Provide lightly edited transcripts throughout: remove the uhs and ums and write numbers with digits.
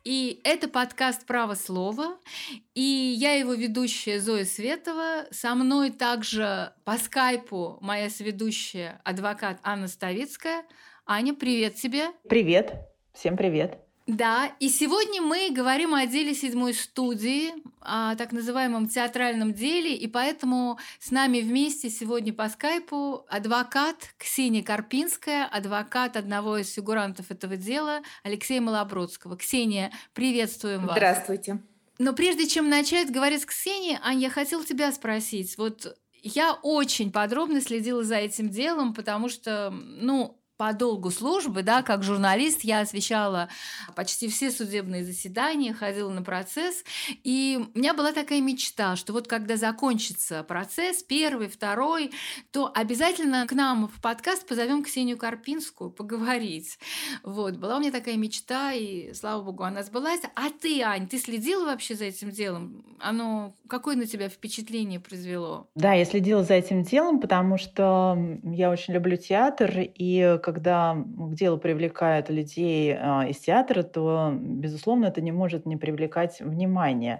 И это подкаст «Право слова». И я его ведущая Зоя Светова. Со мной также по скайпу моя соведущая, адвокат Анна Ставицкая. Аня, привет тебе. Привет. Всем привет. Да, и сегодня мы говорим о деле седьмой студии, о так называемом театральном деле, и поэтому с нами вместе сегодня по скайпу адвокат Ксения Карпинская, адвокат одного из фигурантов этого дела Алексея Малобродского. Ксения, приветствуем вас. Здравствуйте. Но прежде чем начать говорить с Ксенией, Аня, я хотела тебя спросить. Вот я очень подробно следила за этим делом, потому что, по долгу службы, да, как журналист, я освещала почти все судебные заседания, ходила на процесс, и у меня была такая мечта, что вот когда закончится процесс, первый, второй, то обязательно к нам в подкаст позовем Ксению Карпинскую поговорить. Вот, была у меня такая мечта, и, слава богу, она сбылась. А ты, Ань, ты следила вообще за этим делом? Оно какое на тебя впечатление произвело? Да, я следила за этим делом, потому что я очень люблю театр, и когда к делу привлекают людей из театра, то, безусловно, это не может не привлекать внимания.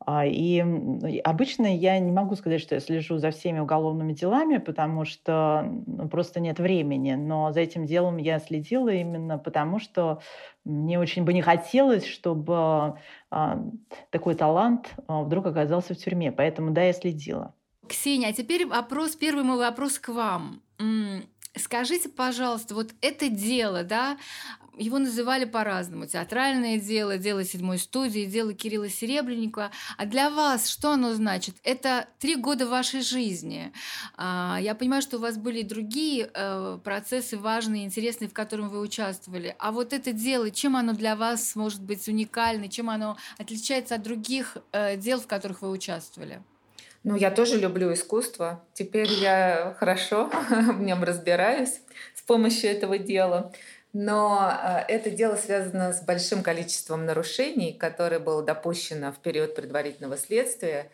И обычно я не могу сказать, что я слежу за всеми уголовными делами, потому что просто нет времени. Но за этим делом я следила именно потому, что мне очень бы не хотелось, чтобы такой талант вдруг оказался в тюрьме. Поэтому, да, я следила. Ксения, а теперь первый мой вопрос к вам. Скажите, пожалуйста, вот это дело, да, его называли по-разному. Театральное дело, дело седьмой студии, дело Кирилла Серебренникова. А для вас что оно значит? Это 3 года вашей жизни. Я понимаю, что у вас были и другие процессы важные, интересные, в которых вы участвовали. А вот это дело, чем оно для вас может быть уникально? Чем оно отличается от других дел, в которых вы участвовали? Я тоже люблю искусство. Теперь я хорошо в нем разбираюсь с помощью этого дела. Но это дело связано с большим количеством нарушений, которое было допущено в период предварительного следствия.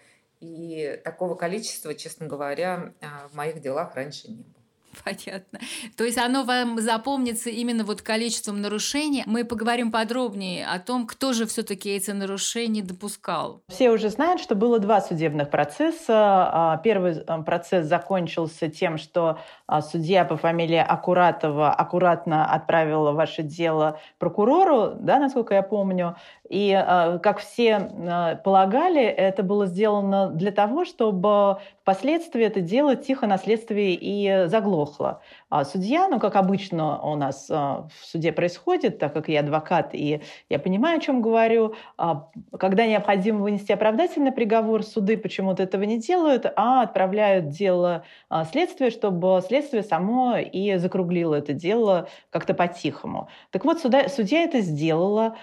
И такого количества, честно говоря, в моих делах раньше не было. Понятно. То есть оно вам запомнится именно вот количеством нарушений. Мы поговорим подробнее о том, кто же все-таки эти нарушения допускал. Все уже знают, что было 2 судебных процесса. Первый процесс закончился тем, что судья по фамилии Акуратова аккуратно отправила ваше дело прокурору, да, насколько я помню. И, как все полагали, это было сделано для того, чтобы впоследствии это дело тихо на следствии и заглохло. Судья, как обычно у нас в суде происходит, так как я адвокат и я понимаю, о чем говорю, когда необходимо вынести оправдательный приговор, суды почему-то этого не делают, а отправляют дело следствию, чтобы следствие само и закруглило это дело как-то по-тихому. Так вот, судья это сделала,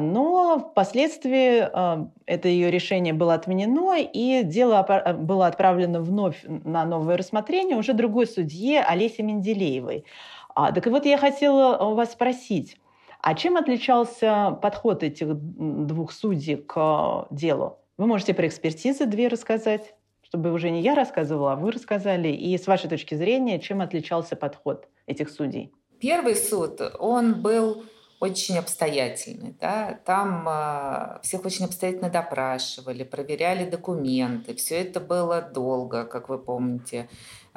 но впоследствии это ее решение было отменено, и дело было отправлено вновь на новое рассмотрение уже другой судье Олесе Менделеевой. Так вот, я хотела у вас спросить, а чем отличался подход этих 2 судей к делу? Вы можете про экспертизы 2 рассказать, чтобы уже не я рассказывала, а вы рассказали. И с вашей точки зрения, чем отличался подход этих судей? Первый суд, он был очень обстоятельный. Да? Там всех очень обстоятельно допрашивали, проверяли документы. Все это было долго, как вы помните.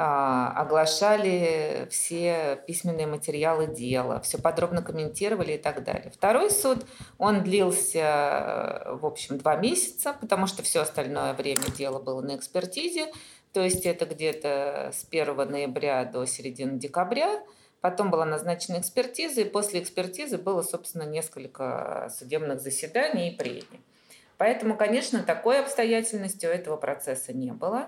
Оглашали все письменные материалы дела, все подробно комментировали и так далее. Второй суд, он длился, в общем, 2 месяца, потому что все остальное время дела было на экспертизе. То есть это где-то с 1 ноября до середины декабря. Потом была назначена экспертиза, и после экспертизы было, собственно, несколько судебных заседаний и прений. Поэтому, конечно, такой обстоятельности у этого процесса не было.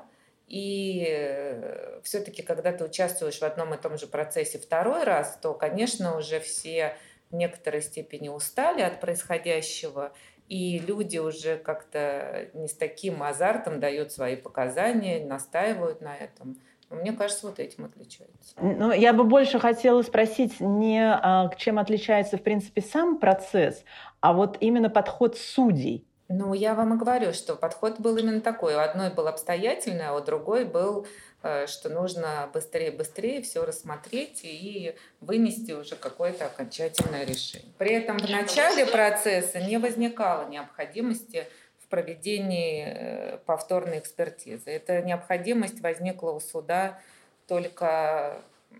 И все-таки, когда ты участвуешь в одном и том же процессе 2-й раз, то, конечно, уже все в некоторой степени устали от происходящего, и люди уже как-то не с таким азартом дают свои показания, настаивают на этом. Мне кажется, вот этим отличается. Я бы больше хотела спросить не чем отличается, в принципе, сам процесс, а вот именно подход судей. Ну, я вам и говорю, что подход был именно такой. У одной был обстоятельный, а у другой был, что нужно быстрее все рассмотреть и вынести уже какое-то окончательное решение. При этом в начале процесса не возникало необходимости в проведении повторной экспертизы. Эта необходимость возникла у суда только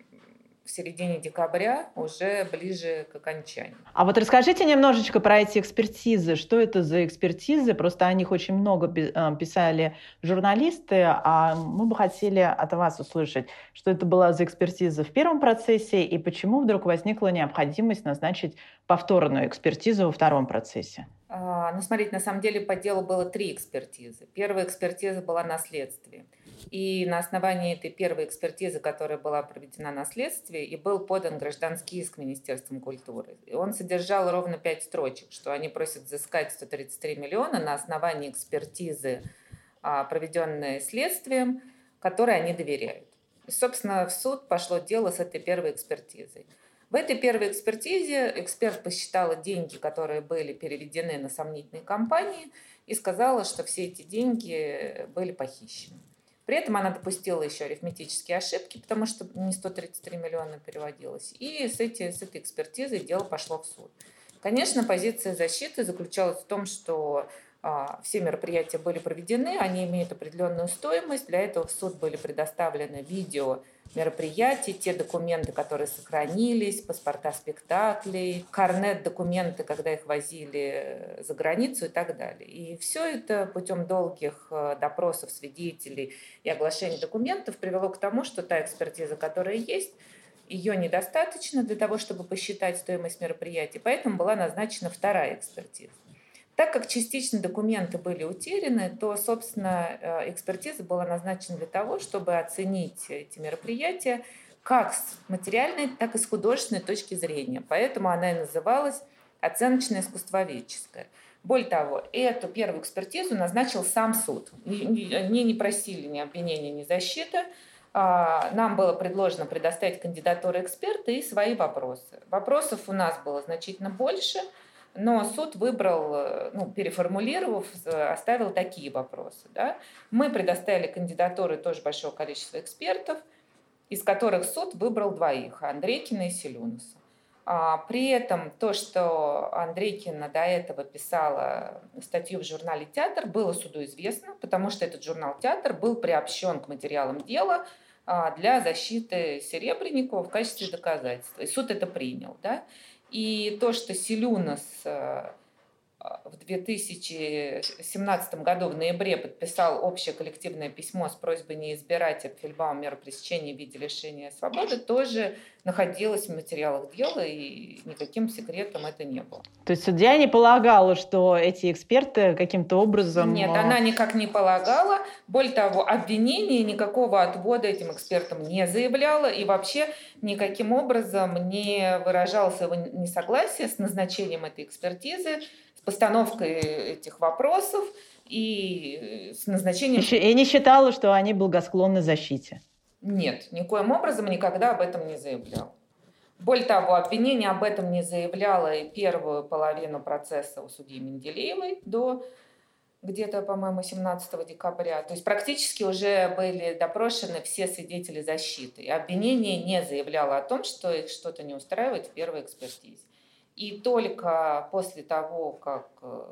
в середине декабря, уже ближе к окончанию. А вот расскажите немножечко про эти экспертизы. Что это за экспертизы? Просто о них очень много писали журналисты, а мы бы хотели от вас услышать, что это была за экспертиза в первом процессе и почему вдруг возникла необходимость назначить повторную экспертизу во втором процессе? Ну, смотрите, на самом деле по делу было 3 экспертизы. Первая экспертиза была на следствии. И на основании этой первой экспертизы, которая была проведена на следствии, и был подан гражданский иск Министерством культуры. И он содержал ровно 5 строчек, что они просят взыскать 133 миллиона на основании экспертизы, проведенной следствием, которой они доверяют. И, собственно, в суд пошло дело с этой первой экспертизой. В этой первой экспертизе эксперт посчитала деньги, которые были переведены на сомнительные компании, и сказала, что все эти деньги были похищены. При этом она допустила еще арифметические ошибки, потому что не 133 миллиона переводилось. И с этой экспертизой дело пошло в суд. Конечно, позиция защиты заключалась в том, что все мероприятия были проведены, они имеют определенную стоимость. Для этого в суд были предоставлены видео мероприятий, те документы, которые сохранились, паспорта спектаклей, карнет-документы, когда их возили за границу и так далее. И все это путем долгих допросов свидетелей и оглашения документов привело к тому, что та экспертиза, которая есть, ее недостаточно для того, чтобы посчитать стоимость мероприятий, поэтому была назначена вторая экспертиза. Так как частично документы были утеряны, то, собственно, экспертиза была назначена для того, чтобы оценить эти мероприятия как с материальной, так и с художественной точки зрения. Поэтому она и называлась оценочно-искусствоведческая. Более того, эту первую экспертизу назначил сам суд. Они не просили ни обвинения, ни защиты. Нам было предложено предоставить кандидатуру эксперта и свои вопросы. Вопросов у нас было значительно больше, но суд выбрал, переформулировав, оставил такие вопросы. Да? Мы предоставили кандидатуры тоже большого количества экспертов, из которых суд выбрал 2: Андрейкина и Селюнаса. При этом то, что Андрейкина до этого писала статью в журнале «Театр», было суду известно, потому что этот журнал «Театр» был приобщен к материалам дела для защиты Серебренникова в качестве доказательства. И суд это принял. Да? И то, что Селюнас в 2017 году в ноябре подписал общее коллективное письмо с просьбой не избирать Апфельбаум меру пресечения в виде лишения свободы, тоже находилось в материалах дела, и никаким секретом это не было. То есть судья не полагала, что эти эксперты каким-то образом... Нет, она никак не полагала. Более того, обвинение никакого отвода этим экспертам не заявляло, и вообще никаким образом не выражало своего несогласия с назначением этой экспертизы, с постановкой этих вопросов и с назначением... И не считала, что они благосклонны защите? Нет, никоим образом никогда об этом не заявлял. Более того, обвинение об этом не заявляло и первую половину процесса у судьи Менделеевой до где-то, по-моему, 17 декабря. То есть практически уже были допрошены все свидетели защиты. И обвинение не заявляло о том, что их что-то не устраивает в первой экспертизе. И только после того, как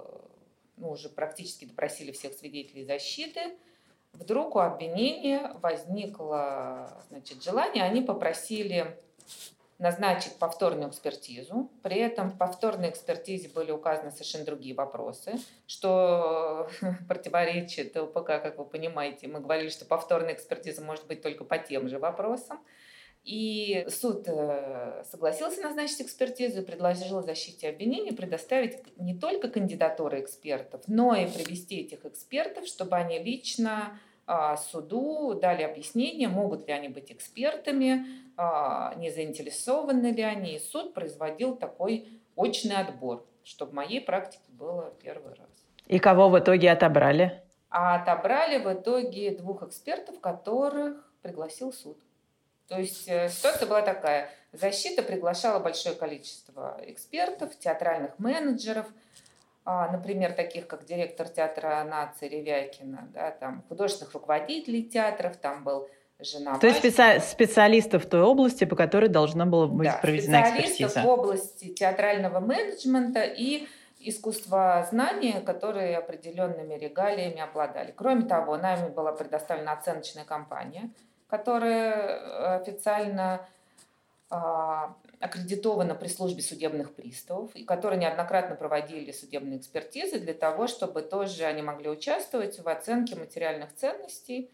уже практически допросили всех свидетелей защиты, вдруг у обвинения возникло, желание, они попросили назначить повторную экспертизу. При этом в повторной экспертизе были указаны совершенно другие вопросы, что противоречит УПК, как вы понимаете. Мы говорили, что повторная экспертиза может быть только по тем же вопросам. И суд согласился назначить экспертизу и предложил защите обвинения предоставить не только кандидатуры экспертов, но и привести этих экспертов, чтобы они лично суду дали объяснение, могут ли они быть экспертами, не заинтересованы ли они. И суд производил такой очный отбор, что в моей практике было первый раз. И кого в итоге отобрали? Отобрали в итоге 2 экспертов, которых пригласил суд. То есть ситуация была такая. Защита приглашала большое количество экспертов, театральных менеджеров, например, таких как директор театра нации Ревякина, да, там художественных руководителей театров, там был жена То есть Ващенко. специалистов в той области, по которой должна была быть Да, проведена специалистов в экспертиза. области театрального менеджмента и искусствознания, которые определенными регалиями обладали. Кроме того, нами была предоставлена оценочная компания, которая официально аккредитована при службе судебных приставов, и которые неоднократно проводили судебные экспертизы для того, чтобы тоже они могли участвовать в оценке материальных ценностей,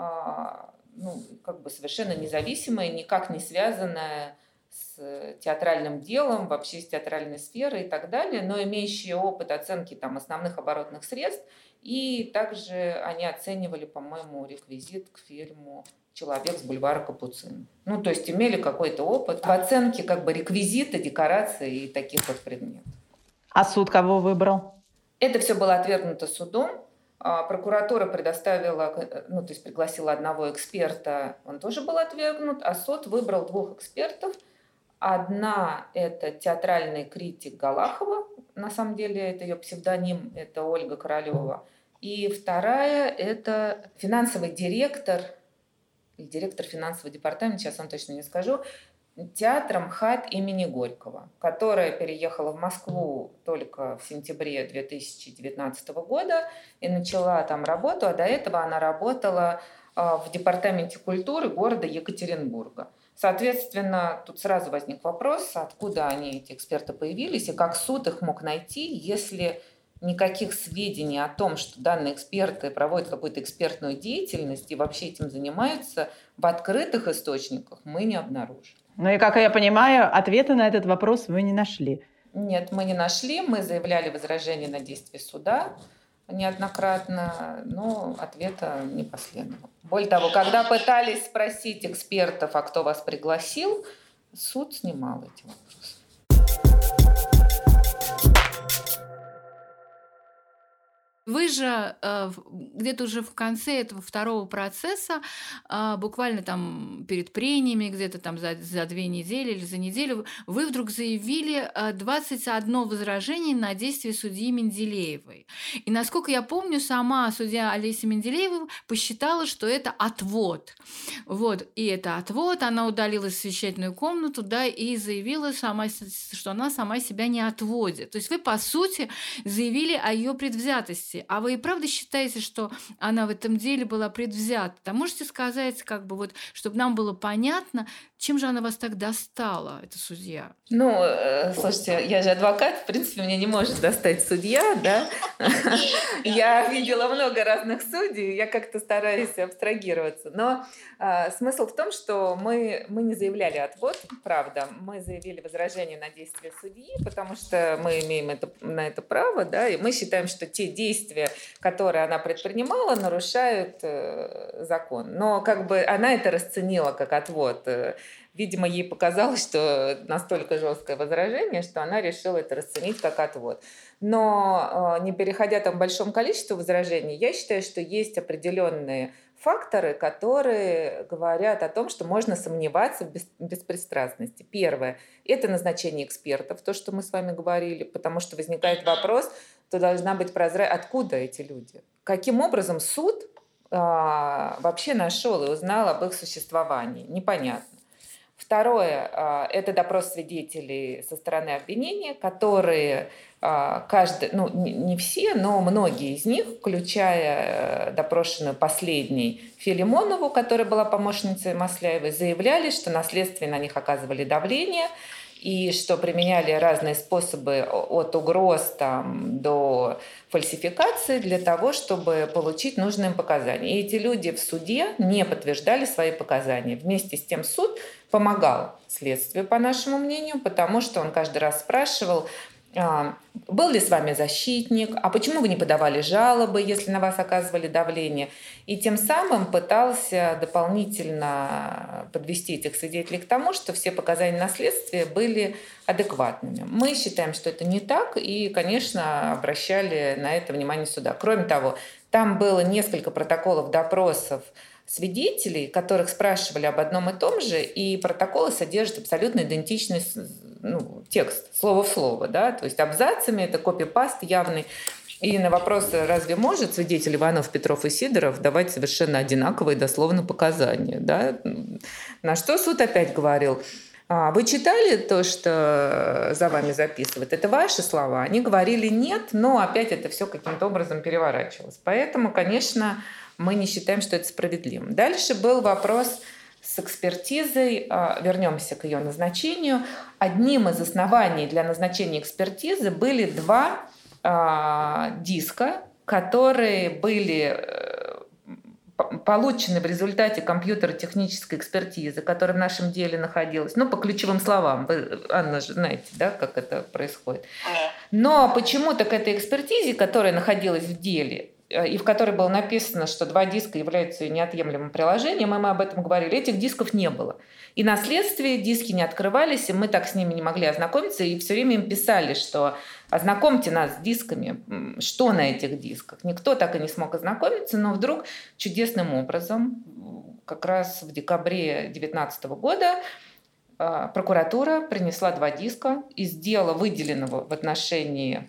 совершенно независимая, никак не связанная с театральным делом, вообще с театральной сферой и так далее, но имеющие опыт оценки там основных оборотных средств, и также они оценивали, по-моему, реквизит к фильму «Человек с бульвара Капуцинов». То есть имели какой-то опыт в оценке реквизита, декорации и таких вот предметов. А суд кого выбрал? Это все было отвергнуто судом. Прокуратура пригласила одного эксперта, он тоже был отвергнут, а суд выбрал 2 экспертов. Одна – это театральный критик Галахова, на самом деле это ее псевдоним, это Ольга Королева. И вторая – это финансовый директор, или директор финансового департамента, сейчас вам точно не скажу, театра МХАТ имени Горького, которая переехала в Москву только в сентябре 2019 года и начала там работу, а до этого она работала в департаменте культуры города Екатеринбурга. Соответственно, тут сразу возник вопрос, откуда эти эксперты появились и как суд их мог найти, если никаких сведений о том, что данные эксперты проводят какую-то экспертную деятельность и вообще этим занимаются, в открытых источниках мы не обнаружили. И, как я понимаю, ответа на этот вопрос вы не нашли. Нет, мы не нашли. Мы заявляли возражение на действие суда неоднократно, но ответа не последовало. Более того, когда пытались спросить экспертов, а кто вас пригласил, суд снимал эти вопросы. Вы же где-то уже в конце этого второго процесса, буквально там перед прениями, где-то там за 2 недели или за неделю, вы вдруг заявили 21 возражение на действия судьи Менделеевой. И, насколько я помню, сама судья Олеся Менделеева посчитала, что это отвод. И это отвод, она удалилась в совещательную комнату, и заявила, что она сама себя не отводит. То есть вы, по сути, заявили о ее предвзятости. А вы и правда считаете, что она в этом деле была предвзята? Можете сказать, чтобы нам было понятно, чем же она вас так достала, эта судья? Слушайте, я же адвокат, в принципе, меня не может достать судья, да? Я видела много разных судей, я как-то стараюсь абстрагироваться. Но смысл в том, что мы не заявляли отвод, правда. Мы заявили возражение на действия судьи, потому что мы имеем на это право, да, и мы считаем, что те действия, которые она предпринимала, нарушают закон. Но она это расценила как отвод. Видимо, ей показалось, что настолько жесткое возражение, что она решила это расценить как отвод. Но не переходя там к большому количеству возражений, я считаю, что есть определенные факторы, которые говорят о том, что можно сомневаться в беспристрастности. Первое – это назначение экспертов, то, что мы с вами говорили, потому что возникает вопрос, то должна быть прозрачность, откуда эти люди? Каким образом суд вообще нашел и узнал об их существовании? Непонятно. Второе – это допрос свидетелей со стороны обвинения, которые не все, но многие из них, включая допрошенную последней Филимонову, которая была помощницей Масляевой, заявляли, что на следствии на них оказывали давление и что применяли разные способы от угроз до фальсификации для того, чтобы получить нужные им показания. И эти люди в суде не подтверждали свои показания. Вместе с тем суд помогал следствию, по нашему мнению, потому что он каждый раз спрашивал, был ли с вами защитник, а почему вы не подавали жалобы, если на вас оказывали давление. И тем самым пытался дополнительно подвести этих свидетелей к тому, что все показания на следствие были адекватными. Мы считаем, что это не так, и, конечно, обращали на это внимание суда. Кроме того, там было несколько протоколов допросов свидетелей, которых спрашивали об одном и том же, и протоколы содержат абсолютно идентичный текст, слово в слово, да, то есть абзацами это копипаст явный. И на вопрос, разве может свидетель Иванов, Петров и Сидоров давать совершенно одинаковые дословно показания, да? На что суд опять говорил: вы читали то, что за вами записывают? Это ваши слова? Они говорили нет, но опять это все каким-то образом переворачивалось. Поэтому, конечно, мы не считаем, что это справедливым. Дальше был вопрос с экспертизой. Вернемся к ее назначению. Одним из оснований для назначения экспертизы были 2 диска, которые были получены в результате компьютер-технической экспертизы, которая в нашем деле находилась. По ключевым словам. Вы, Анна, же знаете, да, как это происходит. Но почему-то к этой экспертизе, которая находилась в деле, и в которой было написано, что 2 диска являются неотъемлемым приложением, и мы об этом говорили, этих дисков не было. И на следствии диски не открывались, и мы так с ними не могли ознакомиться, и все время им писали, что ознакомьте нас с дисками, что на этих дисках. Никто так и не смог ознакомиться, но вдруг чудесным образом, как раз в декабре 2019 года, прокуратура принесла 2 диска из дела, выделенного в отношении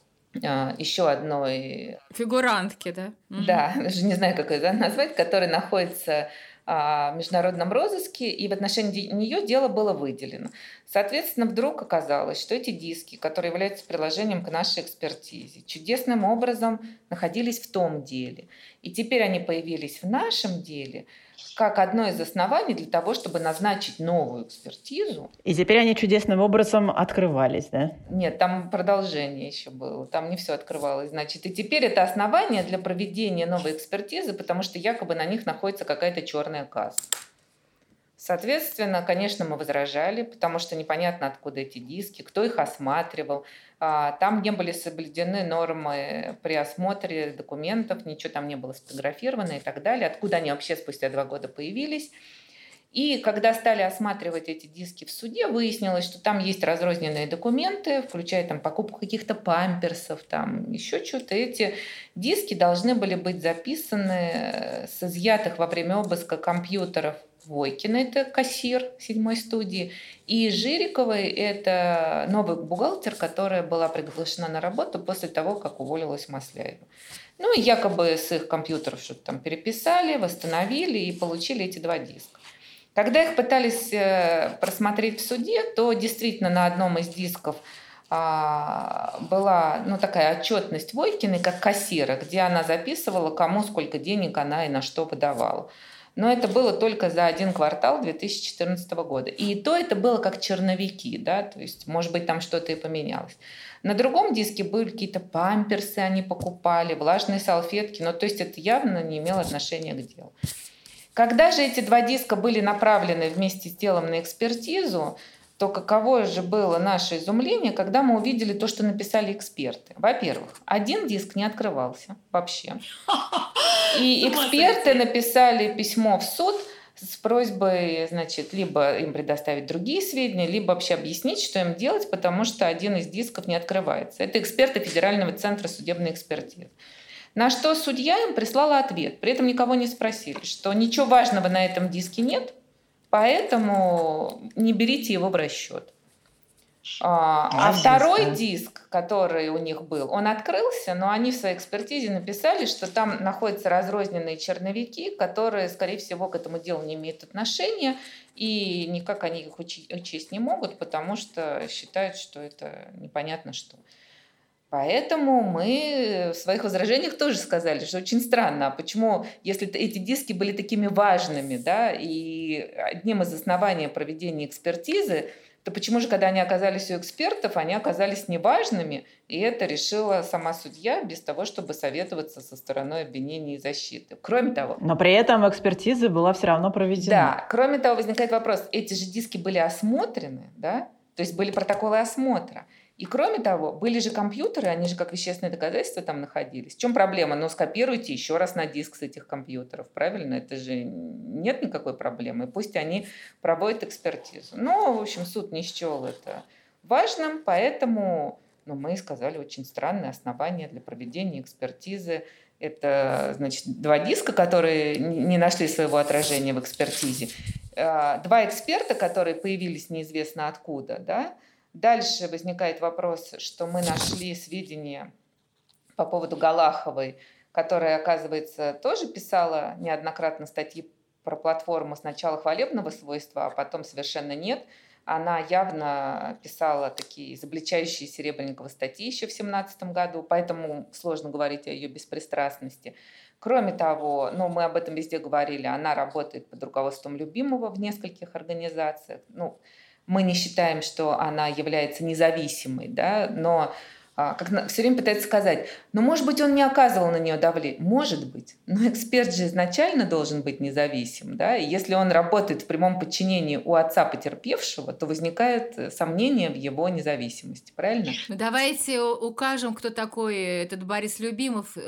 еще одной... Фигурантки, да? Да, даже не знаю, как это назвать, которая находится в международном розыске, и в отношении нее дело было выделено. Соответственно, вдруг оказалось, что эти диски, которые являются приложением к нашей экспертизе, чудесным образом находились в том деле. И теперь они появились в нашем деле как одно из оснований для того, чтобы назначить новую экспертизу. И теперь они чудесным образом открывались, да? Нет, там продолжение еще было, там не все открывалось. Значит, и теперь это основание для проведения новой экспертизы, потому что якобы на них находится какая-то черная касса. Соответственно, конечно, мы возражали, потому что непонятно, откуда эти диски, кто их осматривал. Там не были соблюдены нормы при осмотре документов, ничего там не было сфотографировано и так далее. Откуда они вообще спустя 2 года появились. И когда стали осматривать эти диски в суде, выяснилось, что там есть разрозненные документы, включая там покупку каких-то памперсов, там еще что-то. Эти диски должны были быть записаны с изъятых во время обыска компьютеров Войкина, это кассир 7-й студии, и Жириковой, это новый бухгалтер, которая была приглашена на работу после того, как уволилась Масляева. И якобы с их компьютеров что-то там переписали, восстановили и получили эти 2 диска. Когда их пытались просмотреть в суде, то действительно на одном из дисков была такая отчетность Войкиной, как кассира, где она записывала, кому сколько денег она и на что выдавала. Но это было только за 1 квартал 2014 года. И то это было как черновики, да, то есть, может быть, там что-то и поменялось. На другом диске были какие-то памперсы, они покупали, влажные салфетки, то есть это явно не имело отношения к делу. Когда же эти 2 диска были направлены вместе с делом на экспертизу, то каково же было наше изумление, когда мы увидели то, что написали эксперты. Во-первых, 1 диск не открывался вообще. И эксперты написали письмо в суд с просьбой, значит, либо им предоставить другие сведения, либо вообще объяснить, что им делать, потому что 1 из дисков не открывается. Это эксперты Федерального центра судебной экспертизы. На что судья им прислала ответ. При этом никого не спросили, что ничего важного на этом диске нет, поэтому не берите его в расчет. А второй диск, который у них был, он открылся, но они в своей экспертизе написали, что там находятся разрозненные черновики, которые, скорее всего, к этому делу не имеют отношения, и никак они их учесть не могут, потому что считают, что это непонятно что. Поэтому мы в своих возражениях тоже сказали, что очень странно, а почему, если эти диски были такими важными, да, и одним из оснований проведения экспертизы, то почему же, когда они оказались у экспертов, они оказались неважными, и это решила сама судья без того, чтобы советоваться со стороной обвинения и защиты. Кроме того... Но при этом экспертиза была все равно проведена. Да, кроме того, возникает вопрос, эти же диски были осмотрены, да, то есть были протоколы осмотра. И кроме того, были же компьютеры, они же как вещественные доказательства там находились. В чем проблема? Скопируйте еще раз на диск с этих компьютеров, правильно? Это же нет никакой проблемы. Пусть они проводят экспертизу. В общем, суд не счел это важным, поэтому Но мы сказали, очень странное основание для проведения экспертизы. Это, значит, 2 диска, которые не нашли своего отражения в экспертизе. 2 эксперта, которые появились неизвестно откуда. Да? Дальше возникает вопрос, что мы нашли сведения по поводу Галаховой, которая, оказывается, тоже писала неоднократно статьи про платформу сначала хвалебного свойства, а потом совершенно нет. Она явно писала такие изобличающие Серебренникова статьи еще в 2017 году, поэтому сложно говорить о ее беспристрастности. Кроме того, мы об этом везде говорили, она работает под руководством Любимова в нескольких организациях. Мы не считаем, что она является независимой, да, но как все время пытается сказать, может быть, он не оказывал на нее давление. Может быть, но эксперт же изначально должен быть независим. Да? И если он работает в прямом подчинении у отца потерпевшего, то возникает сомнение в его независимости. Правильно? Давайте укажем, кто такой этот Борис Любимов,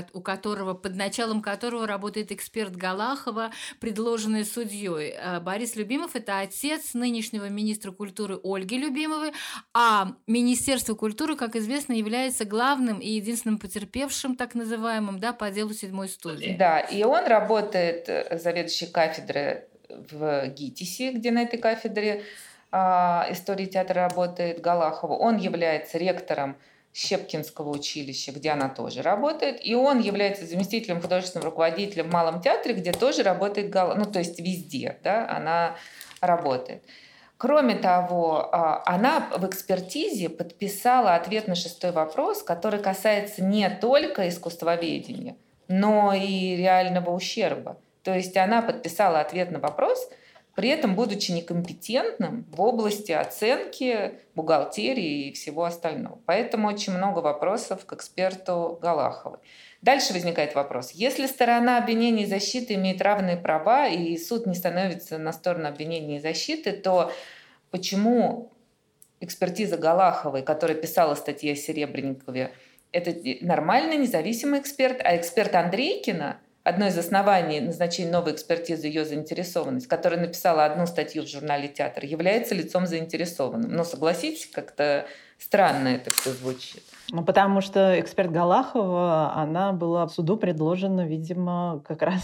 под началом которого работает эксперт Галахова, предложенный судьей. Борис Любимов – это отец нынешнего министра культуры Ольги Любимовой, а Министерство культуры, как известно, является главным и единственным потерпевшим, так называемым, да, по делу 7-й студии. Да, и он работает заведующей кафедры в ГИТИСе, где на этой кафедре истории театра работает Галахова. Он является ректором Щепкинского училища, где она тоже работает, и он является заместителем художественного руководителя в Малом театре, где тоже работает Галахова, то есть везде, да, она работает. Кроме того, она в экспертизе подписала ответ на 6-й вопрос, который касается не только искусствоведения, но и реального ущерба. То есть она подписала ответ на вопрос, при этом будучи некомпетентным в области оценки, бухгалтерии и всего остального. Поэтому очень много вопросов к эксперту Галаховой. Дальше возникает вопрос. Если сторона обвинения и защиты имеет равные права, и суд не становится на сторону обвинения и защиты, то почему экспертиза Галаховой, которая писала статьи о Серебренникове, это нормальный независимый эксперт, а эксперт Андрейкина, одно из оснований назначения новой экспертизы ее заинтересованность, которая написала одну статью в журнале «Театр», является лицом заинтересованным. Согласитесь, как-то странно это все звучит. Потому что эксперт Галахова, она была суду предложена, видимо, как раз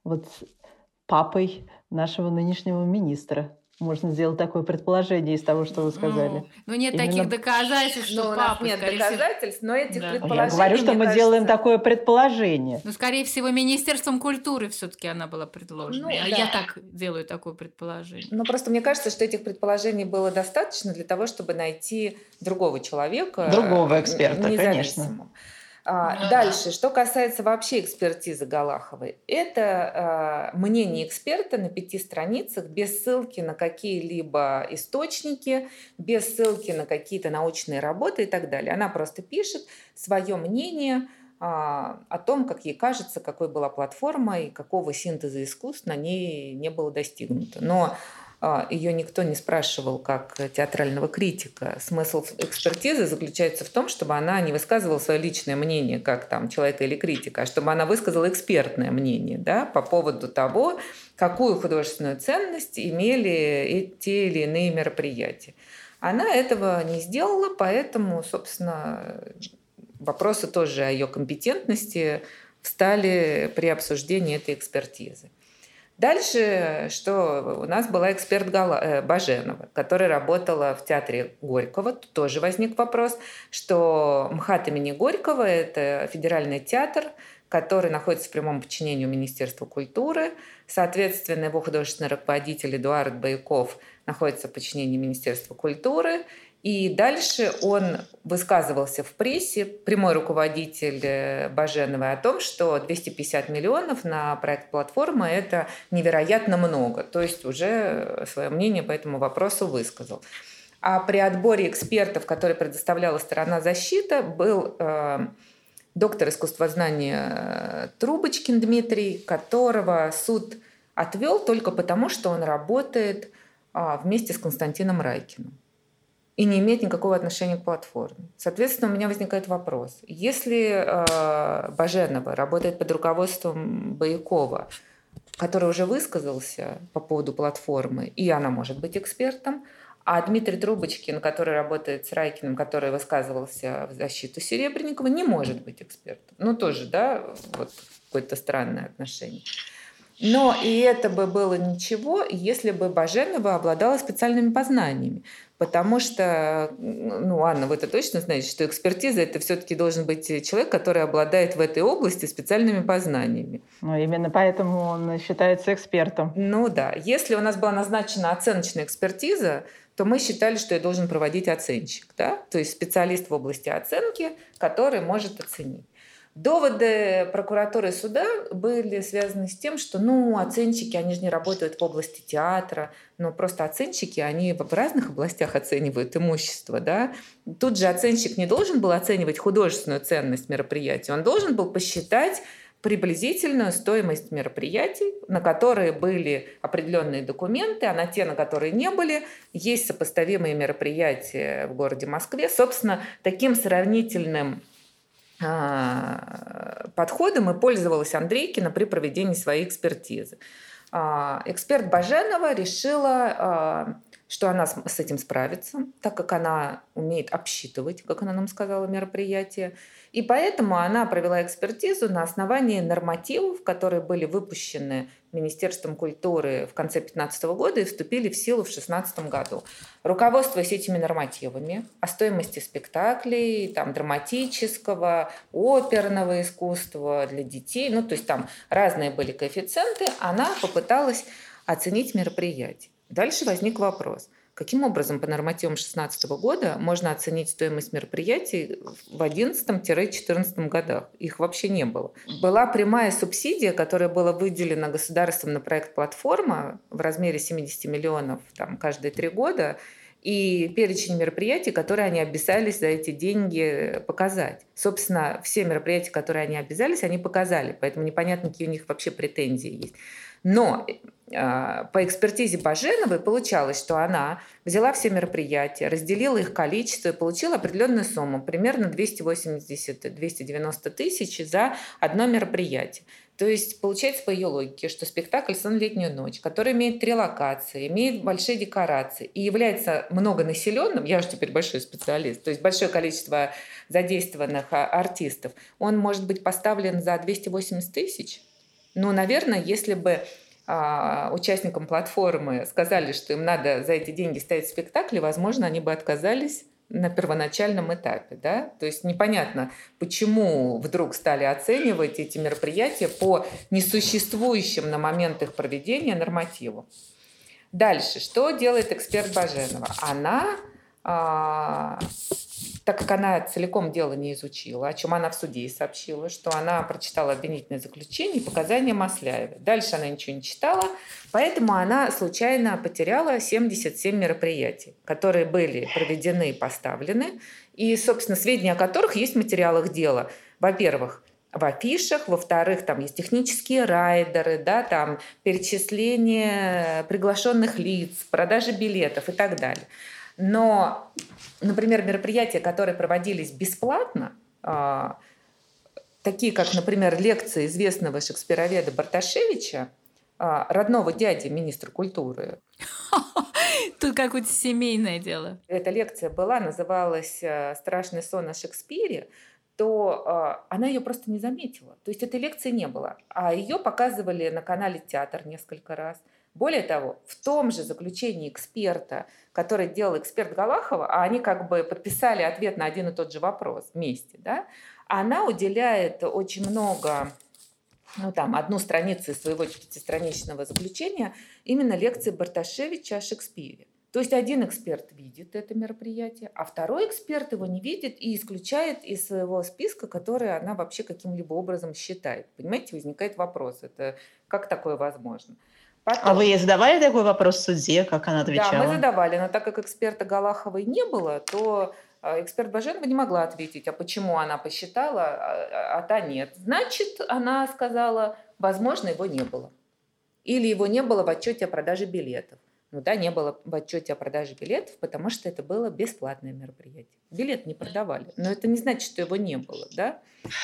папой нашего нынешнего министра. Можно сделать такое предположение из того, что вы сказали. Нет таких доказательств, что папа, нет доказательств, но этих предположений... Я говорю, что мы делаем такое предположение. Скорее всего, Министерством культуры все-таки она была предложена. Я так делаю такое предположение. Просто мне кажется, что этих предположений было достаточно для того, чтобы найти другого человека. Другого эксперта, конечно. Дальше, что касается вообще экспертизы Галаховой, это мнение эксперта на 5 страницах, без ссылки на какие-либо источники, без ссылки на какие-то научные работы и так далее. Она просто пишет свое мнение о том, как ей кажется, какой была платформа и какого синтеза искусств на ней не было достигнуто. Но ее никто не спрашивал как театрального критика. Смысл экспертизы заключается в том, чтобы она не высказывала свое личное мнение, как человека или критика, а чтобы она высказала экспертное мнение, да, по поводу того, какую художественную ценность имели те или иные мероприятия. Она этого не сделала, поэтому, собственно, вопросы тоже о ее компетентности встали при обсуждении этой экспертизы. Дальше, что у нас была эксперт Баженова, которая работала в театре Горького. Тут тоже возник вопрос, что МХАТ имени Горького – это федеральный театр, который находится в прямом подчинении Министерства культуры. Соответственно, его художественный руководитель Эдуард Бояков находится в подчинении Министерства культуры. И дальше он высказывался в прессе, прямой руководитель Баженовой, о том, что 250 миллионов на проект «Платформа» – это невероятно много. То есть уже свое мнение по этому вопросу высказал. А при отборе экспертов, которые предоставляла сторона защиты, был доктор искусствознания Трубочкин Дмитрий, которого суд отвел только потому, что он работает вместе с Константином Райкиным и не имеет никакого отношения к платформе. Соответственно, у меня возникает вопрос. Если Баженова работает под руководством Боякова, который уже высказался по поводу платформы, и она может быть экспертом, А Дмитрий Трубочкин, который работает с Райкиным, который высказывался в защиту Серебренникова, не может быть экспертом. Ну, тоже, да, вот какое-то странное отношение. Но и это бы было ничего, если бы Баженова обладала специальными познаниями. Потому что, ну, Анна, вы это точно знаете, что экспертиза – это все-таки должен быть человек, который обладает в этой области специальными познаниями. Ну, именно поэтому он считается экспертом. Ну да. Если у нас была назначена оценочная экспертиза, то мы считали, что ее должен проводить оценщик, да? То есть специалист в области оценки, который может оценить. Доводы прокуратуры и суда были связаны с тем, что, ну, оценщики, они же не работают в области театра, но просто оценщики, они в разных областях оценивают имущество, да. Тут же оценщик не должен был оценивать художественную ценность мероприятия, он должен был посчитать приблизительную стоимость мероприятий, на которые были определенные документы, а на те, на которые не были, есть сопоставимые мероприятия в городе Москве. Собственно, таким сравнительным подходом и пользовалась Андрейкина при проведении своей экспертизы. Эксперт Баженова решила, что она с этим справится, так как она умеет обсчитывать, как она нам сказала, мероприятие. И поэтому она провела экспертизу на основании нормативов, которые были выпущены Министерством культуры в конце 2015 года и вступили в силу в 2016 году. Руководствуясь этими нормативами о стоимости спектаклей, там, драматического, оперного искусства для детей, ну, то есть там разные были коэффициенты, она попыталась оценить мероприятие. Дальше возник вопрос. Каким образом по нормативам 2016 года можно оценить стоимость мероприятий в 2011-2014 годах? Их вообще не было. Была прямая субсидия, которая была выделена государством на проект «Платформа» в размере 70 миллионов там, каждые 3 года, и перечень мероприятий, которые они обязались за эти деньги показать. Собственно, все мероприятия, которые они обязались, они показали, поэтому непонятно, какие у них вообще претензии есть. Но по экспертизе Баженовой получалось, что она взяла все мероприятия, разделила их количество и получила определенную сумму, примерно 280-290 тысяч за одно мероприятие. То есть получается по ее логике, что спектакль «Сон в летнюю ночь», который имеет 3 локации, имеет большие декорации и является многонаселенным, я уже теперь большой специалист, то есть большое количество задействованных артистов, он может быть поставлен за 280 тысяч. Ну, наверное, если бы участникам платформы сказали, что им надо за эти деньги ставить спектакли, возможно, они бы отказались на первоначальном этапе. Да? То есть непонятно, почему вдруг стали оценивать эти мероприятия по несуществующим на момент их проведения нормативу. Дальше, что делает эксперт Баженова? Она, так как она целиком дело не изучила, о чем она в суде и сообщила, что она прочитала обвинительное заключение и показания Масляева. Дальше она ничего не читала, поэтому она случайно потеряла 77 мероприятий, которые были проведены и поставлены, и, собственно, сведения о которых есть в материалах дела. Во-первых, в афишах, во-вторых, там есть технические райдеры, да, там перечисление приглашенных лиц, продажа билетов и так далее. Но, например, мероприятия, которые проводились бесплатно, такие как, например, лекции известного шекспироведа Барташевича, родного дяди министра культуры. Тут какое-то семейное дело. Эта лекция была, называлась «Страшный сон о Шекспире», то она ее просто не заметила. То есть этой лекции не было. А ее показывали на канале «Театр» несколько раз. Более того, в том же заключении эксперта, который делал эксперт Галахова, а они как бы подписали ответ на один и тот же вопрос вместе, да, она уделяет очень много, ну там, 1 страницу из своего 5-страничного заключения именно лекции Барташевича о Шекспире. То есть один эксперт видит это мероприятие, а второй эксперт его не видит и исключает из своего списка, который она вообще каким-либо образом считает. Понимаете, возникает вопрос, это как такое возможно? Потом. А вы ей задавали такой вопрос в суде, как она отвечала? Да, мы задавали, но так как эксперта Галаховой не было, то эксперт Баженова не могла ответить, а почему она посчитала, а та нет. Значит, она сказала, возможно, его не было. Или его не было в отчете о продаже билетов. Ну да, не было в отчете о продаже билетов, потому что это было бесплатное мероприятие. Билет не продавали, но это не значит, что его не было, да?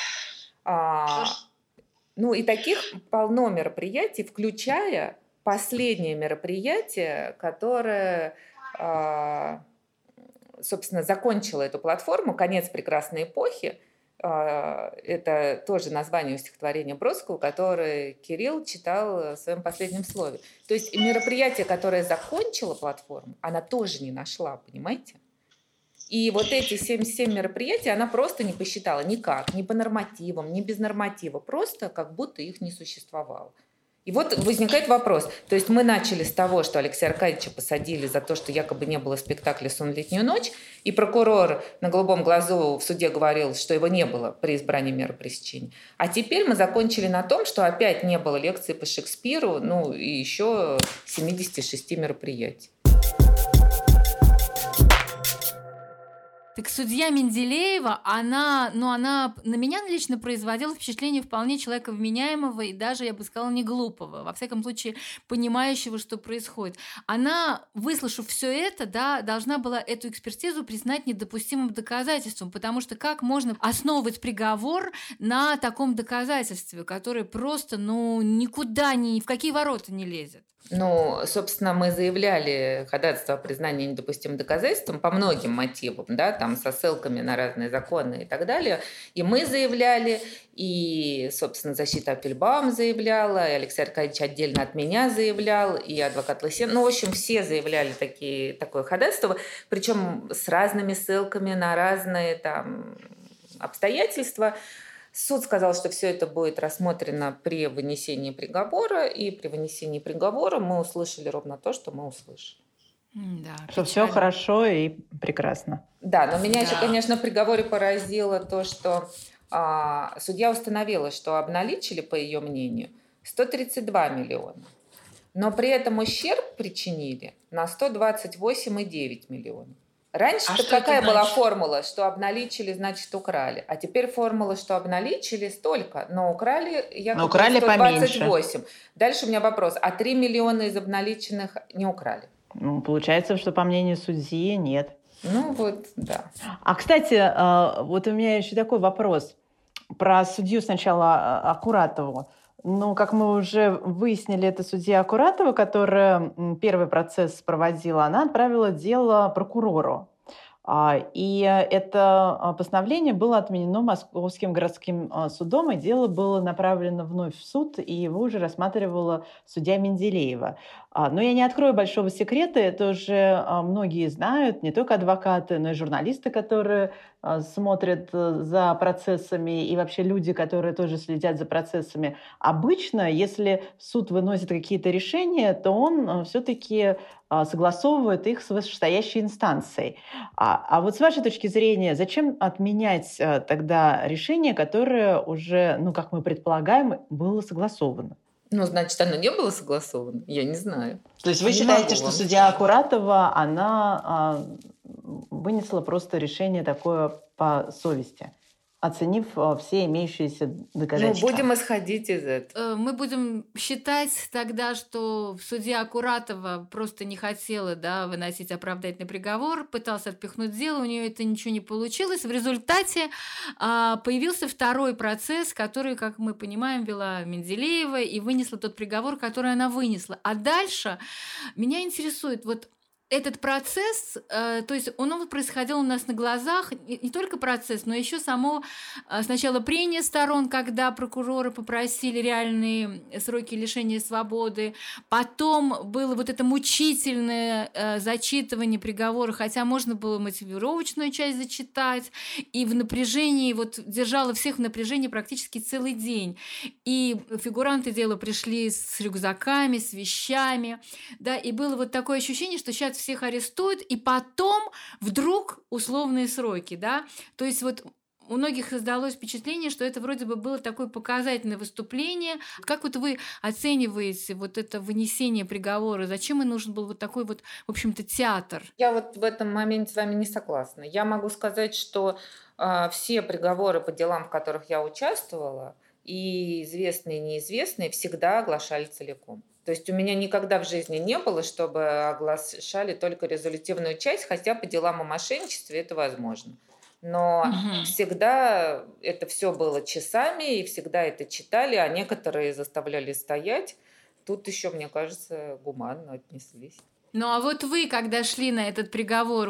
Ну и таких полно мероприятий, включая последнее мероприятие, которое собственно, закончила эту платформу «Конец прекрасной эпохи». Это тоже название стихотворения Бродского, которое Кирилл читал в своем последнем слове. То есть мероприятие, которое закончило платформу, она тоже не нашла, понимаете? И вот эти 77 мероприятий она просто не посчитала никак, ни по нормативам, ни без норматива, просто как будто их не существовало. И вот возникает вопрос. То есть мы начали с того, что Алексея Аркадьевича посадили за то, что якобы не было спектакля «Сон в летнюю ночь», и прокурор на голубом глазу в суде говорил, что его не было при избрании меры пресечения. А теперь мы закончили на том, что опять не было лекции по Шекспиру, ну и еще 76 мероприятий. Так судья Менделеева, она на меня лично производила впечатление вполне человека вменяемого и даже, я бы сказала, не глупого, во всяком случае, понимающего, что происходит. Она, выслушав все это, да, должна была эту экспертизу признать недопустимым доказательством, потому что как можно основывать приговор на таком доказательстве, которое просто, никуда, ни в какие ворота не лезет? Ну, собственно, мы заявляли ходатайство о признании недопустимым доказательством по многим мотивам, да, там со ссылками на разные законы и так далее. И мы заявляли, и, собственно, защита Аппельбаум заявляла, и Алексей Аркадьевич отдельно от меня заявлял, и адвокат Лысен. Ну, в общем, все заявляли такое ходатайство, причем с разными ссылками на разные там обстоятельства. Суд сказал, что все это будет рассмотрено при вынесении приговора, и при вынесении приговора мы услышали ровно то, что мы услышали. Да, что все хорошо и прекрасно. Да, но меня еще, конечно, в приговоре поразило то, что судья установила, что обналичили, по ее мнению, 132 миллиона. Но при этом ущерб причинили на 128,9 миллионов. Раньше-то какая была формула, что обналичили, значит, украли. А теперь формула, что обналичили столько, но украли якобы 128. Поменьше. Дальше у меня вопрос. А 3 миллиона из обналиченных не украли? Ну, получается, что по мнению судьи нет. Ну вот, да. А, кстати, вот у меня еще такой вопрос. Про судью сначала Акуратову. Ну, как мы уже выяснили, это судья Акуратова, которая первый процесс проводила, она отправила дело прокурору. И это постановление было отменено Московским городским судом, и дело было направлено вновь в суд, и его уже рассматривала судья Менделеева. Но я не открою большого секрета, это уже многие знают, не только адвокаты, но и журналисты, которые смотрят за процессами, и вообще люди, которые тоже следят за процессами. Обычно, если суд выносит какие-то решения, то он все-таки согласовывает их с вышестоящей инстанцией. А вот с вашей точки зрения, зачем отменять тогда решение, которое уже, как мы предполагаем, было согласовано? Ну, значит, оно не было согласовано? Я не знаю. То есть вы считаете, что судья Акуратова, она вынесла просто решение такое по совести, оценив все имеющиеся доказательства? Будем исходить из этого. Мы будем считать тогда, что судья Акуратова просто не хотела, выносить оправдательный приговор, пытался отпихнуть дело, у нее это ничего не получилось. В результате появился второй процесс, который, как мы понимаем, вела Менделеева и вынесла тот приговор, который она вынесла. А дальше меня интересует этот процесс, то есть он происходил у нас на глазах, не только процесс, но еще само сначала прения сторон, когда прокуроры попросили реальные сроки лишения свободы, потом было это мучительное зачитывание приговора, хотя можно было мотивировочную часть зачитать, и в напряжении, держало всех в напряжении практически целый день. И фигуранты дела пришли с рюкзаками, с вещами, и было такое ощущение, что сейчас всех арестуют, и потом вдруг условные сроки, То есть у многих создалось впечатление, что это вроде бы было такое показательное выступление. Как вы оцениваете это вынесение приговора? Зачем и нужен был такой в общем-то, театр? Я в этом моменте с вами не согласна. Я могу сказать, что все приговоры по делам, в которых я участвовала, и известные, и неизвестные, всегда оглашали целиком. То есть у меня никогда в жизни не было, чтобы оглашали только резолютивную часть, хотя по делам о мошенничестве это возможно. Но всегда это все было часами, и всегда это читали, а некоторые заставляли стоять. Тут еще, мне кажется, гуманно отнеслись. Ну а вот вы, когда шли на этот приговор,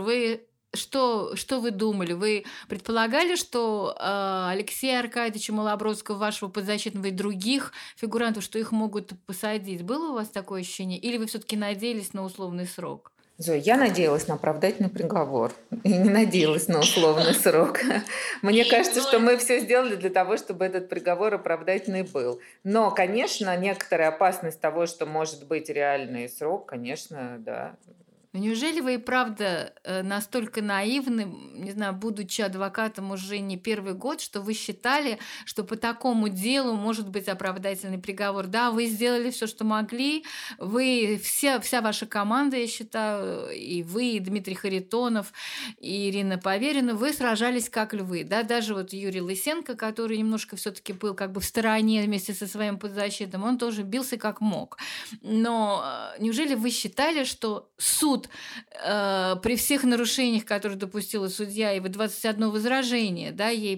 что вы думали? Вы предполагали, что Алексея Аркадьевича Малобродского, вашего подзащитного, и других фигурантов, что их могут посадить? Было у вас такое ощущение? Или вы все-таки надеялись на условный срок? Зоя, я надеялась на оправдательный приговор и не надеялась на условный срок. Мне кажется, что мы все сделали для того, чтобы этот приговор оправдательный был. Но, конечно, некоторая опасность того, что может быть реальный срок, конечно, да. Но неужели вы и правда настолько наивны, не знаю, будучи адвокатом уже не первый год, что вы считали, что по такому делу может быть оправдательный приговор? Да, вы сделали все, что могли, вся ваша команда, я считаю, и вы, и Дмитрий Харитонов, и Ирина Поверина, вы сражались как львы, да, даже вот Юрий Лысенко, который немножко все-таки был как бы в стороне вместе со своим подзащитным, он тоже бился как мог. Но неужели вы считали, что суд при всех нарушениях, которые допустила судья, и вы 21 возражение, да, ей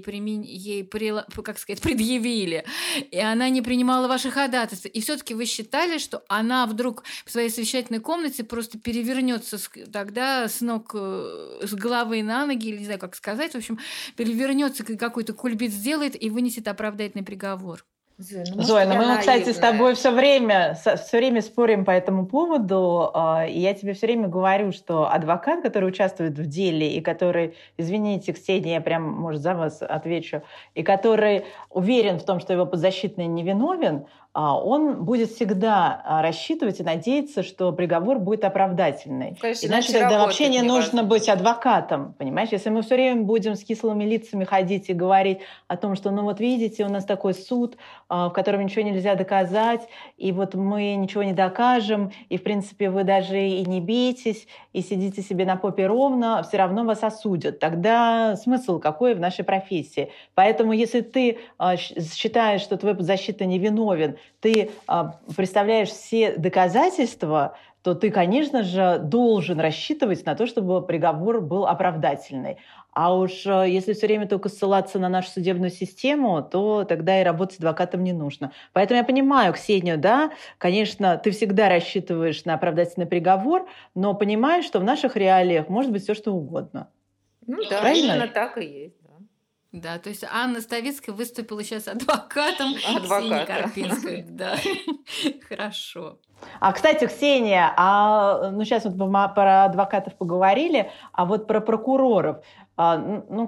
предъявили, и она не принимала ваши ходатайства, и все-таки вы считали, что она вдруг в своей совещательной комнате просто перевернется тогда с ног, с головы на ноги, или не знаю, как сказать, в общем, перевернется, какой-то кульбит сделает и вынесет оправдательный приговор? Зоя, мы, кстати, с тобой все время спорим по этому поводу, и я тебе все время говорю, что адвокат, который участвует в деле, и который, извините, Ксения, я прям, может, за вас отвечу, и который уверен в том, что его подзащитный невиновен, он будет всегда рассчитывать и надеяться, что приговор будет оправдательный. Конечно, иначе тогда вообще не нужно быть адвокатом, понимаешь? Если мы все время будем с кислыми лицами ходить и говорить о том, что, ну вот видите, у нас такой суд, в котором ничего нельзя доказать, и вот мы ничего не докажем, и, в принципе, вы даже и не бейтесь, и сидите себе на попе ровно, все равно вас осудят. Тогда смысл какой в нашей профессии? Поэтому, если ты считаешь, что твой подзащитный невиновен, ты представляешь все доказательства, то ты, конечно же, должен рассчитывать на то, чтобы приговор был оправдательный. А уж если все время только ссылаться на нашу судебную систему, то тогда и работать адвокатом не нужно. Поэтому я понимаю, Ксению, да, конечно, ты всегда рассчитываешь на оправдательный приговор, но понимаешь, что в наших реалиях может быть все что угодно. Ну да, правильно? Именно так и есть. Да, то есть Анна Ставицкая выступила сейчас адвокатом Ксении Карпинской. Да, хорошо. Кстати, Ксения, сейчас вот про адвокатов поговорили, а вот про прокуроров. Я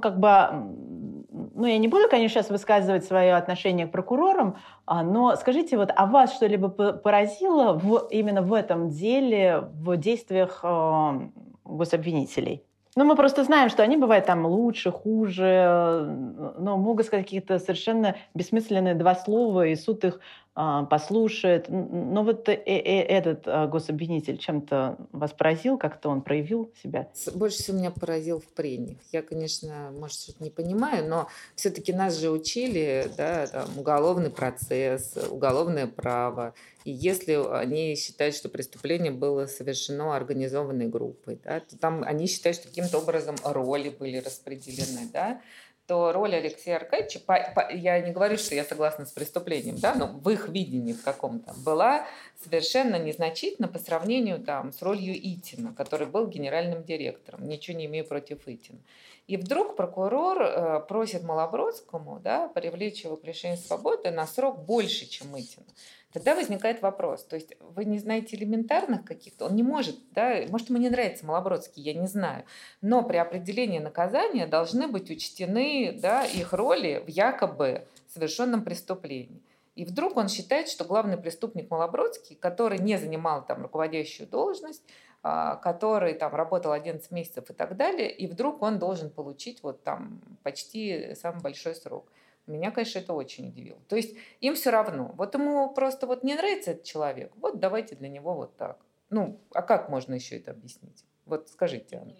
не буду, конечно, сейчас высказывать свое отношение к прокурорам, но скажите, вот, а вас что-либо поразило именно в этом деле, в действиях гособвинителей? Мы просто знаем, что они бывают там лучше, хуже, но могут сказать какие-то совершенно бессмысленные два слова, и суд их послушает. Но вот этот гособвинитель чем-то вас поразил, как-то он проявил себя? Больше всего меня поразил в прениях. Я, конечно, может, что-то не понимаю, но все-таки нас же учили, да, там, уголовный процесс, уголовное право. И если они считают, что преступление было совершено организованной группой, да, то там они считают, что каким-то образом роли были распределены, да, то роль Алексея Аркадьевича, я не говорю, что я согласна с преступлением, да, но в их видении в каком-то была совершенно незначительна по сравнению там, с ролью Итина, который был генеральным директором. Ничего не имею против Итина. И вдруг прокурор просит Малобродскому, да, привлечь его к лишению свободы на срок больше, чем Итин. Тогда возникает вопрос, то есть вы не знаете элементарных каких-то, он не может, да, может, ему не нравится Малобродский, я не знаю, но при определении наказания должны быть учтены, да, их роли в якобы совершенном преступлении. И вдруг он считает, что главный преступник Малобродский, который не занимал там руководящую должность, который там работал 11 месяцев и так далее, и вдруг он должен получить вот там почти самый большой срок. Меня, конечно, это очень удивило. То есть им все равно. Вот ему просто вот не нравится этот человек, вот давайте для него вот так. А как можно еще это объяснить? Вот скажите, Анна.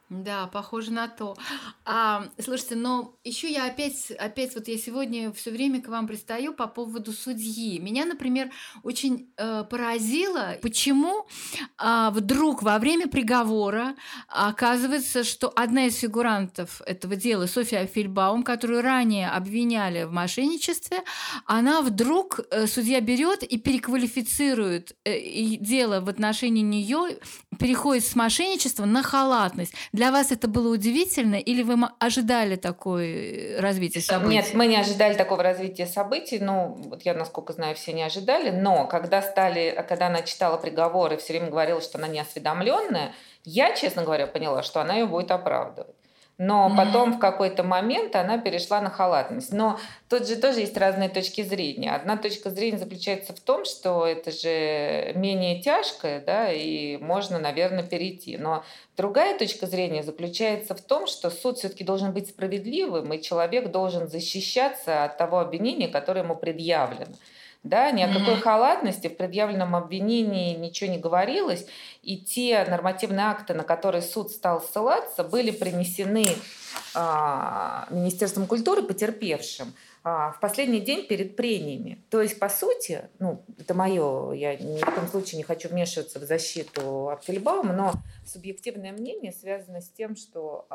Да, похоже на то. Слушайте, но еще я опять вот я сегодня все время к вам пристаю по поводу судьи. Меня, например, очень поразило, почему вдруг во время приговора оказывается, что одна из фигурантов этого дела, Софья Фельдбаум, которую ранее обвиняли в мошенничестве, она вдруг, судья берет и переквалифицирует и дело в отношении нее, переходит с мошенничества на халатность. Для вас это было удивительно или вы ожидали такое развитие событий? Нет, мы не ожидали такого развития событий. Ну, вот я, насколько знаю, все не ожидали. Но когда она читала приговор и все время говорила, что она неосведомленная, я, честно говоря, поняла, что она ее будет оправдывать. Но потом в какой-то момент она перешла на халатность. Но тут же тоже есть разные точки зрения. Одна точка зрения заключается в том, что это же менее тяжкое, да, и можно, наверное, перейти. Но другая точка зрения заключается в том, что суд все-таки должен быть справедливым, и человек должен защищаться от того обвинения, которое ему предъявлено. Да, ни о какой халатности в предъявленном обвинении ничего не говорилось, и те нормативные акты, на которые суд стал ссылаться, были принесены Министерством культуры потерпевшим в последний день перед прениями. То есть, по сути, это мое, я ни в коем случае не хочу вмешиваться в защиту Фельдбаума, но субъективное мнение связано с тем, что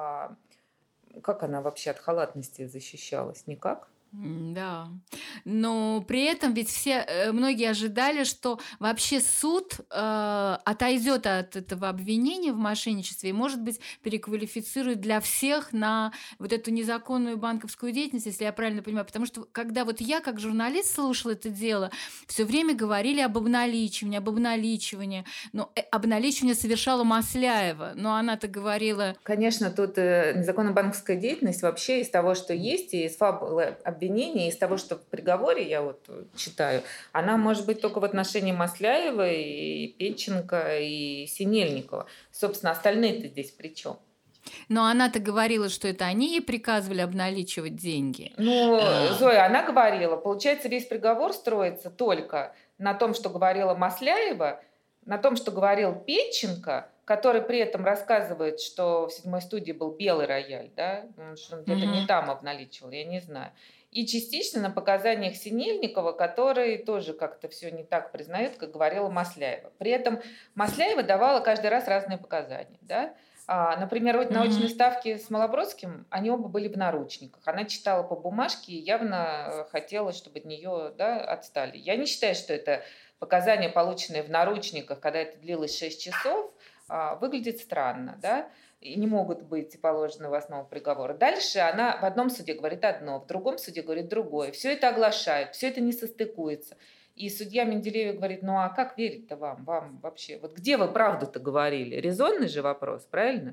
как она вообще от халатности защищалась? Никак. Да, но при этом ведь многие ожидали, что вообще суд отойдет от этого обвинения в мошенничестве и, может быть, переквалифицирует для всех на вот эту незаконную банковскую деятельность, если я правильно понимаю. Потому что когда вот я, как журналист, слушала это дело, все время говорили об обналичивании. Но обналичивание совершала Масляева, но она-то говорила... Конечно, тут незаконная банковская деятельность вообще из того, что есть, и из фабулы обвинения, из того, что в приговоре, я вот читаю, она может быть только в отношении Масляева и Петченко и Синельникова. Собственно, остальные-то здесь при чем? Но она-то говорила, что это они ей приказывали обналичивать деньги. Зоя, она говорила, получается, весь приговор строится только на том, что говорила Масляева, на том, что говорил Петченко, который при этом рассказывает, что в 7-й студии был белый рояль, да, что он где-то не там обналичивал, я не знаю. И частично на показаниях Синельникова, который тоже как-то все не так признает, как говорила Масляева. При этом Масляева давала каждый раз разные показания, да. Например, на очной ставке с Малобродским они оба были в наручниках. Она читала по бумажке и явно хотела, чтобы от нее, да, отстали. Я не считаю, что это показания, полученные в наручниках, когда это длилось 6 часов, выглядит странно, да, и не могут быть положены в основу приговора. Дальше она в одном суде говорит одно, в другом суде говорит другое. Все это оглашают, все это не состыкуется. И судья Менделеев говорит, а как верить-то вам? Вам вообще? Вот где вы правду-то говорили? Резонный же вопрос, правильно?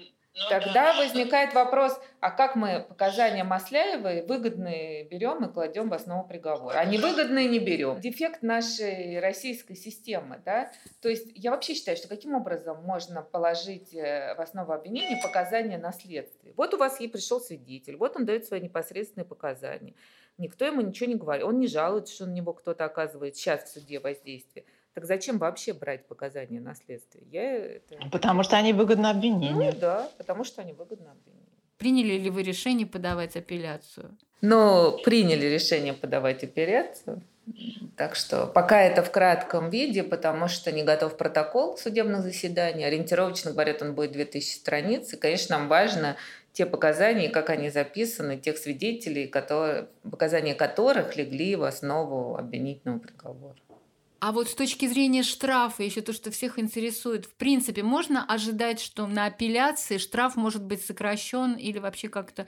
Тогда возникает вопрос, а как мы показания Масляевой выгодные берем и кладем в основу приговора, а невыгодные не берем. Дефект нашей российской системы, да? То есть я вообще считаю, что каким образом можно положить в основу обвинения показания на следствие? Вот у вас ей пришел свидетель, вот он дает свои непосредственные показания. Никто ему ничего не говорит, он не жалуется, что на него кто-то оказывает сейчас в суде воздействие. Так зачем вообще брать показания на следствие? Потому что они выгодны обвинению. Да, потому что они выгодны обвинению. Приняли ли вы решение подавать апелляцию? Приняли решение подавать апелляцию. Так что пока это в кратком виде, потому что не готов протокол судебных заседаний. Ориентировочно, говорят, он будет 2000 страниц. И, конечно, нам важно те показания, как они записаны, тех свидетелей, показания которых легли в основу обвинительного приговора. А вот с точки зрения штрафа, еще то, что всех интересует, в принципе, можно ожидать, что на апелляции штраф может быть сокращен или вообще как-то...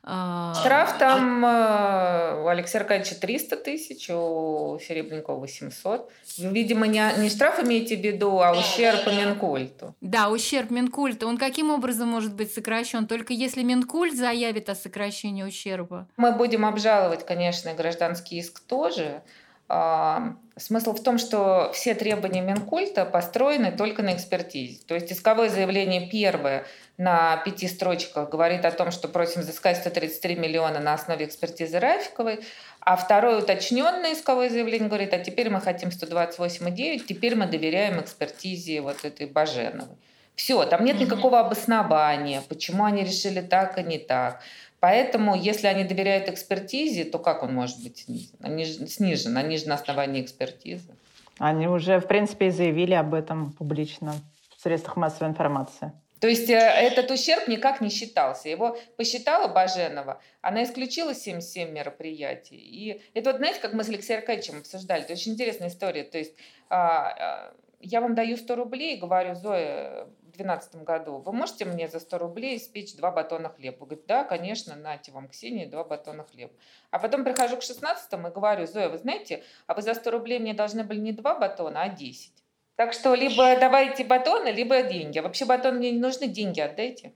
Штраф там у Алексея Аркадьевича 300 тысяч, у Серебренникова 800. Вы, видимо, не штраф имеете в виду, а ущерб Минкульту. Да, ущерб Минкульту. Он каким образом может быть сокращен? Только если Минкульт заявит о сокращении ущерба? Мы будем обжаловать, конечно, гражданский иск тоже. Смысл в том, что все требования Минкульта построены только на экспертизе. То есть исковое заявление первое на 5 строчках говорит о том, что просим взыскать 133 миллиона на основе экспертизы Рафиковой, а второе уточненное исковое заявление говорит, а теперь мы хотим 128,9, теперь мы доверяем экспертизе вот этой Баженовой. Все, там нет никакого обоснования, почему они решили так, а не так. Поэтому, если они доверяют экспертизе, то как он может быть снижен? Они же на основании экспертизы. Они уже, в принципе, и заявили об этом публично в средствах массовой информации. То есть этот ущерб никак не считался. Его посчитала Баженова, она исключила 77 мероприятий. И это вот, знаете, как мы с Алексеем Аркадьевичем обсуждали, это очень интересная история. То есть я вам даю 100 рублей и говорю: Зоя, в 2012 году вы можете мне за 100 рублей испечь 2 батона хлеба? Вы говорите: да, конечно, нате вам, Ксения, 2 батона хлеба. А потом прихожу к 16-му и говорю: Зоя, вы знаете, а вы за 100 рублей мне должны были не 2 батона, а 10. Так что либо давайте батоны, либо деньги. А вообще батоны мне не нужны, деньги отдайте.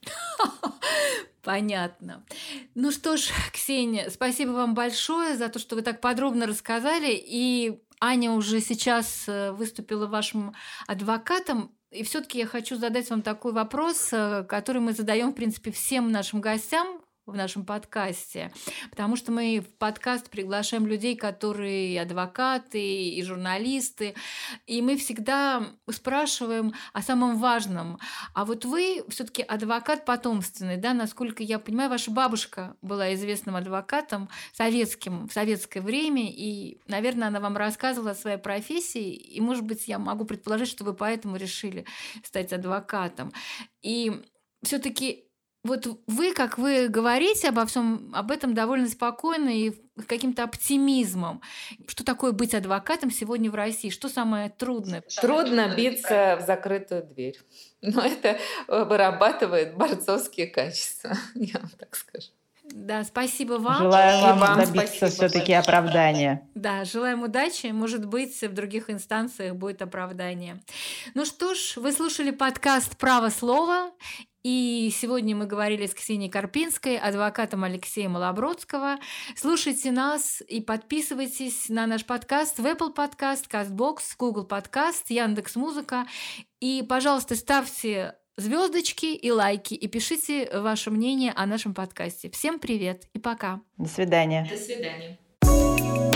Понятно. Ну что ж, Ксения, спасибо вам большое за то, что вы так подробно рассказали. И Аня уже сейчас выступила вашим адвокатом. И все-таки я хочу задать вам такой вопрос, который мы задаем, в принципе, всем нашим гостям в нашем подкасте, потому что мы в подкаст приглашаем людей, которые и адвокаты, и журналисты, и мы всегда спрашиваем о самом важном. А вот вы все-таки адвокат потомственный, да, насколько я понимаю, ваша бабушка была известным адвокатом советским в советское время, и, наверное, она вам рассказывала о своей профессии, и, может быть, я могу предположить, что вы поэтому решили стать адвокатом. И все-таки вот вы, как вы говорите обо всем об этом довольно спокойно и с каким-то оптимизмом. Что такое быть адвокатом сегодня в России? Что самое трудное? Трудно биться в закрытую дверь. Но это вырабатывает борцовские качества, я вам так скажу. Да, спасибо вам. Желаю вам добиться все-таки оправдания. Да, желаем удачи. Может быть, в других инстанциях будет оправдание. Ну что ж, вы слушали подкаст «Право слова». И сегодня мы говорили с Ксенией Карпинской, адвокатом Алексея Малобродского. Слушайте нас и подписывайтесь на наш подкаст в Apple Podcast, CastBox, Google Podcast, Яндекс.Музыка. И, пожалуйста, ставьте звездочки и лайки и пишите ваше мнение о нашем подкасте. Всем привет и пока. До свидания. До свидания.